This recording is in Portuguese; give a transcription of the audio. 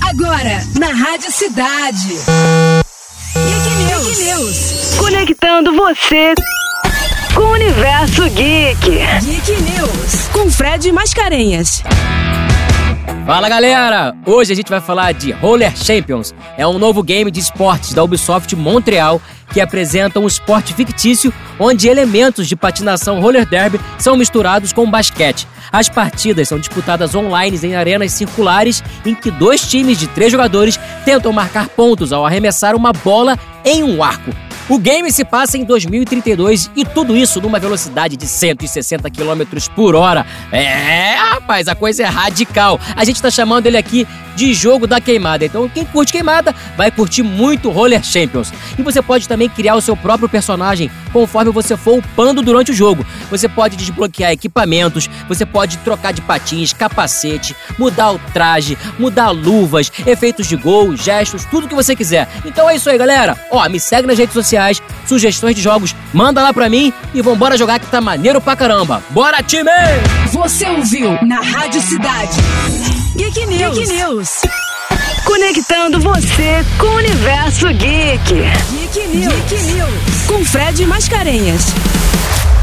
Agora, na Rádio Cidade. Geek News. Conectando você com o universo geek. Geek News. Com Fred Mascarenhas. Fala galera! Hoje a gente vai falar de Roller Champions. É um novo game de esportes da Ubisoft Montreal que apresenta um esporte fictício onde elementos de patinação roller derby são misturados com basquete. As partidas são disputadas online em arenas circulares em que 2 times de 3 jogadores tentam marcar pontos ao arremessar uma bola em um arco. O game se passa em 2032 e tudo isso numa velocidade de 160 km por hora. Rapaz, a coisa é radical. A gente tá chamando ele aqui de jogo da queimada. Então quem curte queimada vai curtir muito Roller Champions. E você pode também criar o seu próprio personagem conforme você for upando durante o jogo. Você pode desbloquear equipamentos, você pode trocar de patins, capacete, mudar o traje, mudar luvas, efeitos de gol, gestos, tudo que você quiser. Então é isso aí, galera. Me segue nas redes sociais, sugestões de jogos, manda lá pra mim e vambora jogar que tá maneiro pra caramba. Bora, time! Você ouviu na Rádio Cidade. Geek News. Conectando você com o universo geek. Geek News. Com Fred Mascarenhas.